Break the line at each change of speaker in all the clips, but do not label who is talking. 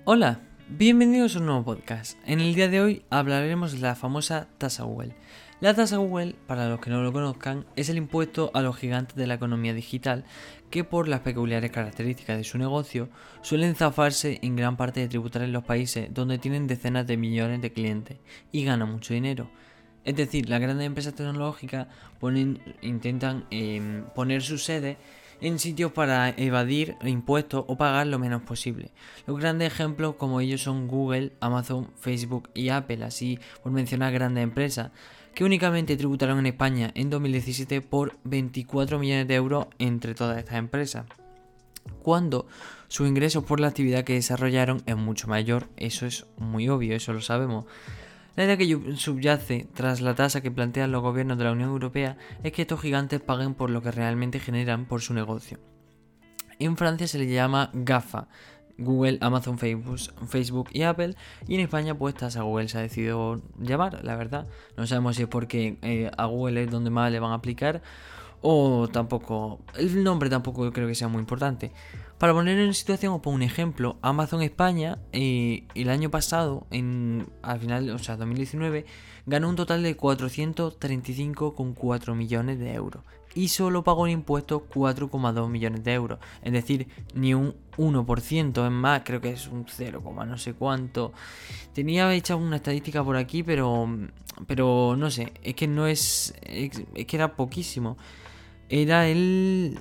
Hola, bienvenidos a un nuevo podcast. En el día de hoy hablaremos de la famosa tasa Google. La tasa Google, para los que no lo conozcan, es el impuesto a los gigantes de la economía digital que por las peculiares características de su negocio suelen zafarse en gran parte de tributar en los países donde tienen decenas de millones de clientes y ganan mucho dinero. Es decir, las grandes empresas tecnológicas intentan poner su sede en sitios para evadir impuestos o pagar lo menos posible. Los grandes ejemplos como ellos son Google, Amazon, Facebook y Apple, así por mencionar grandes empresas, que únicamente tributaron en España en 2017 por 24 millones de euros entre todas estas empresas, cuando sus ingresos por la actividad que desarrollaron es mucho mayor. Eso es muy obvio, eso lo sabemos. La idea que subyace tras la tasa que plantean los gobiernos de la Unión Europea es que estos gigantes paguen por lo que realmente generan por su negocio. En Francia se le llama GAFA, Google, Amazon, Facebook y Apple, y en España pues tasa Google se ha decidido llamar, la verdad. No sabemos si es porque a Google es donde más le van a aplicar o tampoco, el nombre tampoco creo que sea muy importante. Para poner en situación, os pongo un ejemplo. Amazon España, el año pasado, al final, o sea, 2019, ganó un total de 435,4 millones de euros. Y solo pagó en impuestos 4,2 millones de euros. Es decir, ni un 1%, es más, creo que es un 0, no sé cuánto. Tenía hecha una estadística por aquí, pero no sé, es que no es que era poquísimo. Era el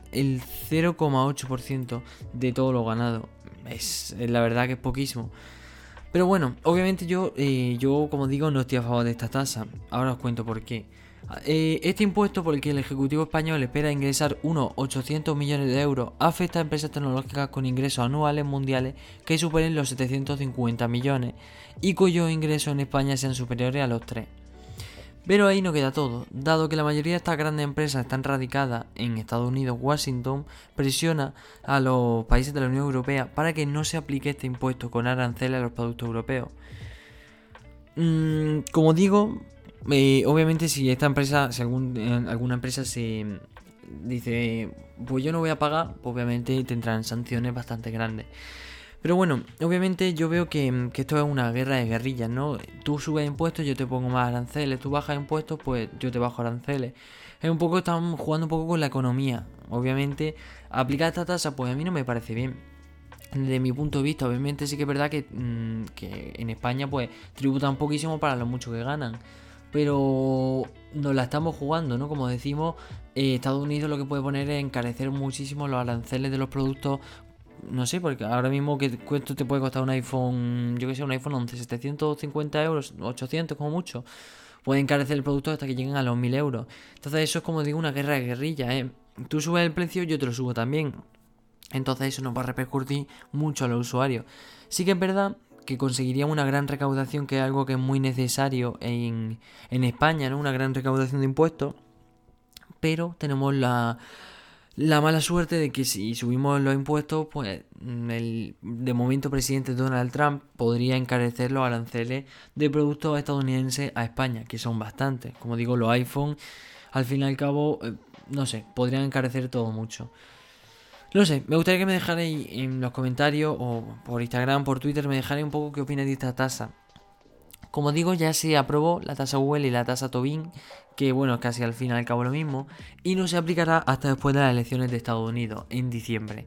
0,8% de todo lo ganado. Es la verdad que es poquísimo. Pero bueno, obviamente yo como digo no estoy a favor de esta tasa. Ahora os cuento por qué. Este impuesto por el que el Ejecutivo español espera ingresar unos 800 millones de euros afecta a empresas tecnológicas con ingresos anuales mundiales que superen los 750 millones y cuyos ingresos en España sean superiores a los 3. Pero ahí no queda todo. Dado que la mayoría de estas grandes empresas están radicadas en Estados Unidos, Washington presiona a los países de la Unión Europea para que no se aplique este impuesto con aranceles a los productos europeos. Como digo, obviamente si esta empresa, según alguna empresa se dice, pues yo no voy a pagar, pues obviamente tendrán sanciones bastante grandes. Pero bueno, obviamente yo veo que esto es una guerra de guerrillas, ¿no? Tú subes impuestos, yo te pongo más aranceles. Tú bajas impuestos, pues yo te bajo aranceles. Es un poco, están jugando un poco con la economía. Obviamente, aplicar esta tasa, pues a mí no me parece bien. Desde mi punto de vista, obviamente sí que es verdad que en España, pues tributan poquísimo para lo mucho que ganan. Pero nos la estamos jugando, ¿no? Como decimos, Estados Unidos lo que puede poner es encarecer muchísimo los aranceles de los productos. No sé, porque ahora mismo ¿cuánto te puede costar un iPhone? Yo que sé, un iPhone 11, 750 euros, 800 como mucho. Pueden encarecer el producto hasta que lleguen a los 1000 euros. Entonces eso es como digo una guerra de guerrilla, ¿eh? Tú subes el precio, yo te lo subo también. Entonces eso nos va a repercutir mucho a los usuarios. Sí que es verdad que conseguiríamos una gran recaudación, que es algo que es muy necesario en España, ¿no? Una gran recaudación de impuestos. Pero tenemos la mala suerte de que si subimos los impuestos, pues el de momento presidente Donald Trump podría encarecer los aranceles de productos estadounidenses a España, que son bastantes. Como digo, los iPhone, al fin y al cabo, no sé, podrían encarecer todo mucho. No sé, me gustaría que me dejarais en los comentarios o por Instagram, por Twitter, me dejarais un poco qué opináis de esta tasa. Como digo, ya se aprobó la tasa Google y la tasa Tobin, que bueno, casi al fin y al cabo lo mismo, y no se aplicará hasta después de las elecciones de Estados Unidos, en diciembre.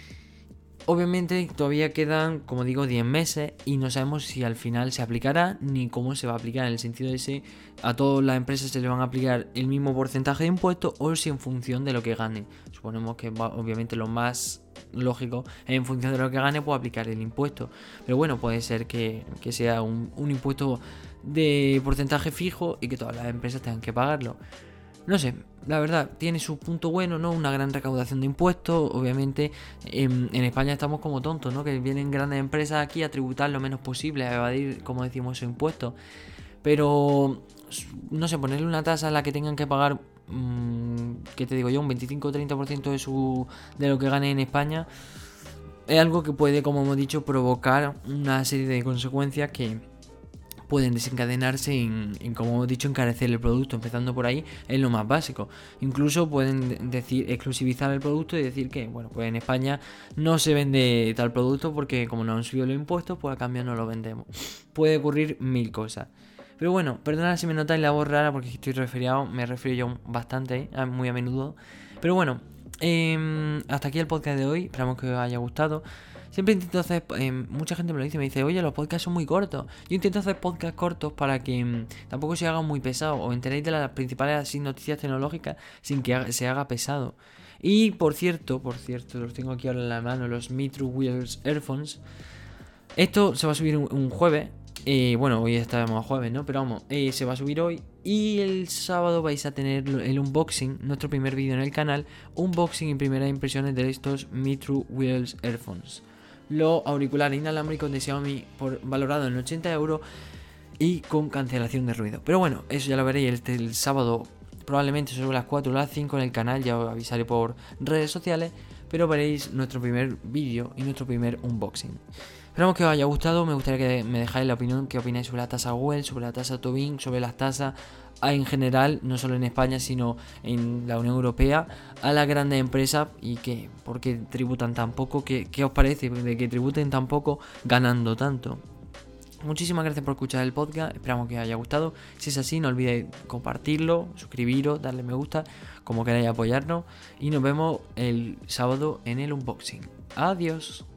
Obviamente todavía quedan, como digo, 10 meses y no sabemos si al final se aplicará ni cómo se va a aplicar, en el sentido de si a todas las empresas se le van a aplicar el mismo porcentaje de impuestos o si en función de lo que ganen. Suponemos que obviamente lo más lógico es en función de lo que gane pues aplicar el impuesto. Pero bueno, puede ser que sea un impuesto de porcentaje fijo y que todas las empresas tengan que pagarlo. No sé, la verdad, tiene su punto bueno, ¿no? Una gran recaudación de impuestos. Obviamente, en España estamos como tontos, ¿no? Que vienen grandes empresas aquí a tributar lo menos posible, a evadir, como decimos, esos impuestos. Pero, no sé, ponerle una tasa a la que tengan que pagar, ¿qué te digo yo? Un 25 o 30% de lo que gane en España. Es algo que puede, como hemos dicho, provocar una serie de consecuencias que pueden desencadenarse en, como hemos dicho, encarecer el producto. Empezando por ahí es lo más básico. Incluso pueden decir exclusivizar el producto y decir que, bueno, pues en España no se vende tal producto porque como no han subido los impuestos, pues a cambio no lo vendemos. Puede ocurrir mil cosas. Pero bueno, perdonad si me notáis la voz rara porque estoy resfriado, me resfrío yo bastante, muy a menudo. Pero bueno, hasta aquí el podcast de hoy, esperamos que os haya gustado. Siempre intento hacer, mucha gente me lo dice, me dice, oye, los podcasts son muy cortos. Yo intento hacer podcasts cortos para que tampoco se hagan muy pesados. Os enteréis de las principales así, noticias tecnológicas sin que se haga pesado. Y por cierto, los tengo aquí ahora en la mano, los Mi True Wireless Earphones. Esto se va a subir un jueves. Bueno, hoy estamos a jueves, ¿no? Pero vamos, se va a subir hoy. Y el sábado vais a tener el unboxing, nuestro primer vídeo en el canal. Unboxing y primeras impresiones de estos Mi True Wireless Earphones. Los auriculares inalámbricos de Xiaomi valorado en 80 € y con cancelación de ruido. Pero bueno, eso ya lo veréis el sábado, probablemente sobre las 4 o las 5 en el canal. Ya os avisaré por redes sociales. Pero veréis nuestro primer vídeo y nuestro primer unboxing. Esperamos que os haya gustado. Me gustaría que me dejáis la opinión, qué opináis sobre la tasa Google, sobre la tasa Tobin, sobre las tasas en general, no solo en España, sino en la Unión Europea, a las grandes empresas y que, ¿por qué tributan tan poco? ¿Qué os parece de que tributen tan poco ganando tanto? Muchísimas gracias por escuchar el podcast, esperamos que os haya gustado. Si es así, no olvidéis compartirlo, suscribiros, darle me gusta, como queráis apoyarnos. Y nos vemos el sábado en el unboxing. Adiós.